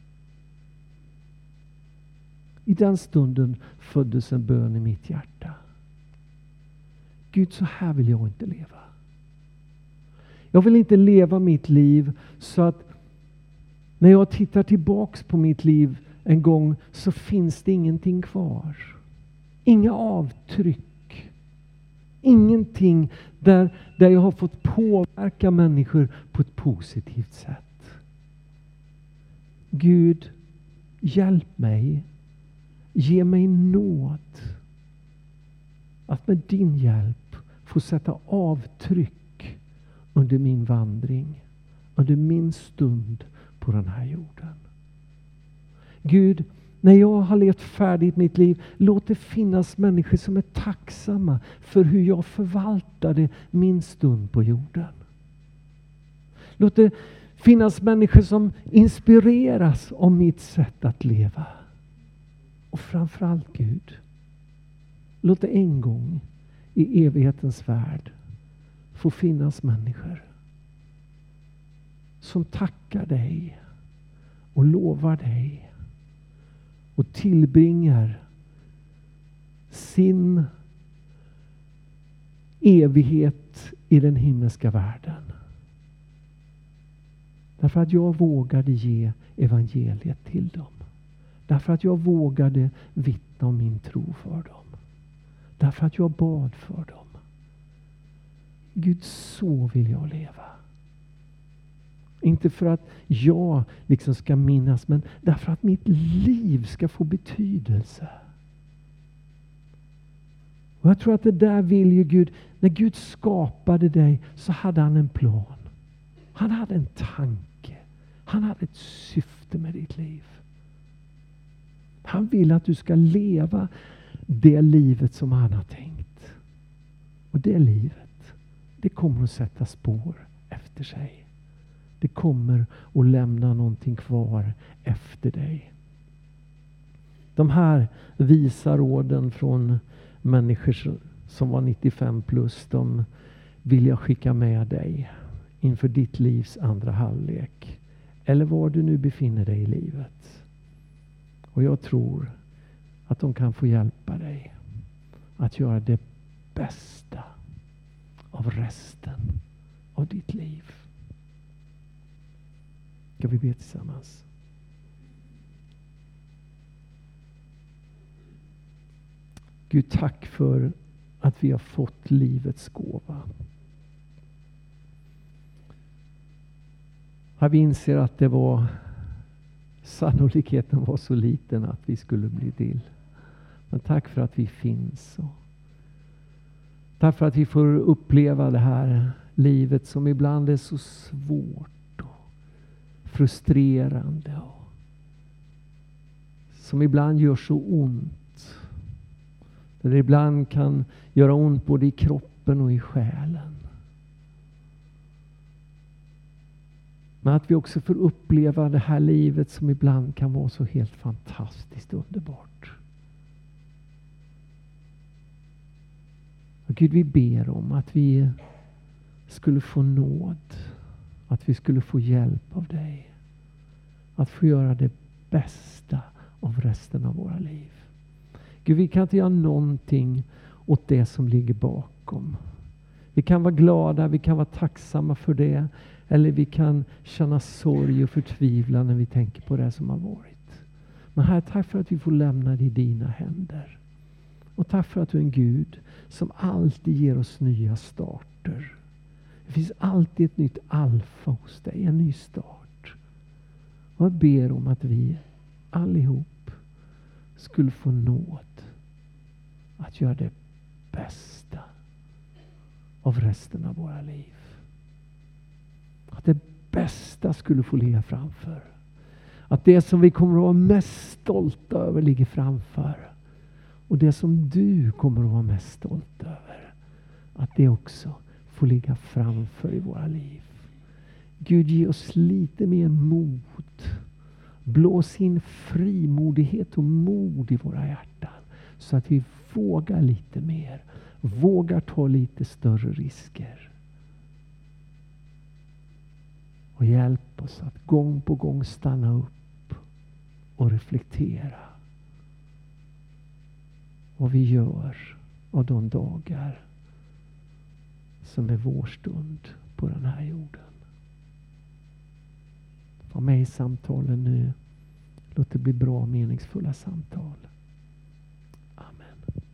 Speaker 1: I den stunden föddes en bön i mitt hjärta. Gud, så här vill jag inte leva. Jag vill inte leva mitt liv så att När jag tittar tillbaks på mitt liv en gång så finns det ingenting kvar. Inga avtryck. Ingenting där jag har fått påverka människor på ett positivt sätt. Gud, hjälp mig. Ge mig nåd att med din hjälp få sätta avtryck under min vandring, under min stund på den här jorden. Gud, när jag har levt färdigt mitt liv, låt det finnas människor som är tacksamma för hur jag förvaltade min stund på jorden. Låt det finnas människor som inspireras av mitt sätt att leva. Och framförallt Gud, låt det en gång i evighetens värld få finnas människor som tackar dig och lovar dig och tillbringar sin evighet i den himmelska världen. Därför att jag vågade ge evangeliet till dem. Därför att jag vågade vittna om min tro för dem. Därför att jag bad för dem. Gud, så vill jag leva. Inte för att jag liksom ska minnas, men därför att mitt liv ska få betydelse. Och jag tror att det där vill ju Gud. När Gud skapade dig så hade han en plan. Han hade en tanke. Han hade ett syfte med ditt liv. Han vill att du ska leva det livet som han har tänkt. Och det livet, det kommer att sätta spår efter sig. Det kommer att lämna någonting kvar efter dig. De här visa råden från människor som var 95 plus, de vill jag skicka med dig inför ditt livs andra halvlek. Eller var du nu befinner dig i livet. Och jag tror att de kan få hjälpa dig att göra det bästa av resten av ditt liv. Ska vi be tillsammans? Gud, tack för att vi har fått livets gåva. Här vi inser att det var sannolikheten var så liten att vi skulle bli till. Men tack för att vi finns. Tack för att vi får uppleva det här livet som ibland är så svårt och frustrerande. Och som ibland gör så ont. Där det ibland kan göra ont både i kroppen och i själen. Men att vi också får uppleva det här livet som ibland kan vara så helt fantastiskt underbart. Och Gud, vi ber om att vi skulle få nåd. Att vi skulle få hjälp av dig. Att få göra det bästa av resten av våra liv. Gud, vi kan inte göra någonting åt det som ligger bakom. Vi kan vara glada, vi kan vara tacksamma för det. Eller vi kan känna sorg och förtvivlan när vi tänker på det som har varit. Men Herre, tack för att vi får lämna det i dina händer. Och tack för att du är en Gud som alltid ger oss nya starter. Det finns alltid ett nytt alfa hos dig, en ny start. Och jag ber om att vi allihop skulle få nåd att göra det bästa av resten av våra liv. Att det bästa skulle få ligga framför. Att det som vi kommer att vara mest stolta över ligger framför. Och det som du kommer att vara mest stolt över, att det också får ligga framför i våra liv. Gud, ge oss lite mer mod. Blås in frimodighet och mod i våra hjärtan. Så att vi vågar lite mer. Vågar ta lite större risker. Och hjälp oss att gång på gång stanna upp och reflektera. Vad vi gör av de dagar som är vår stund på den här jorden. Var med i samtalen nu. Låt det bli bra, meningsfulla samtal. Amen.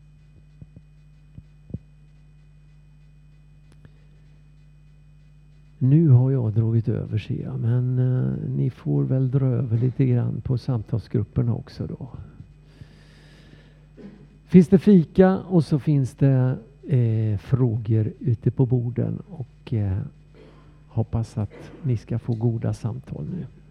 Speaker 1: Nu har jag dragit över, ser jag, men ni får väl dra över lite grann på samtalsgrupperna också då. Finns det fika och så finns det frågor ute på borden, och hoppas att ni ska få goda samtal nu.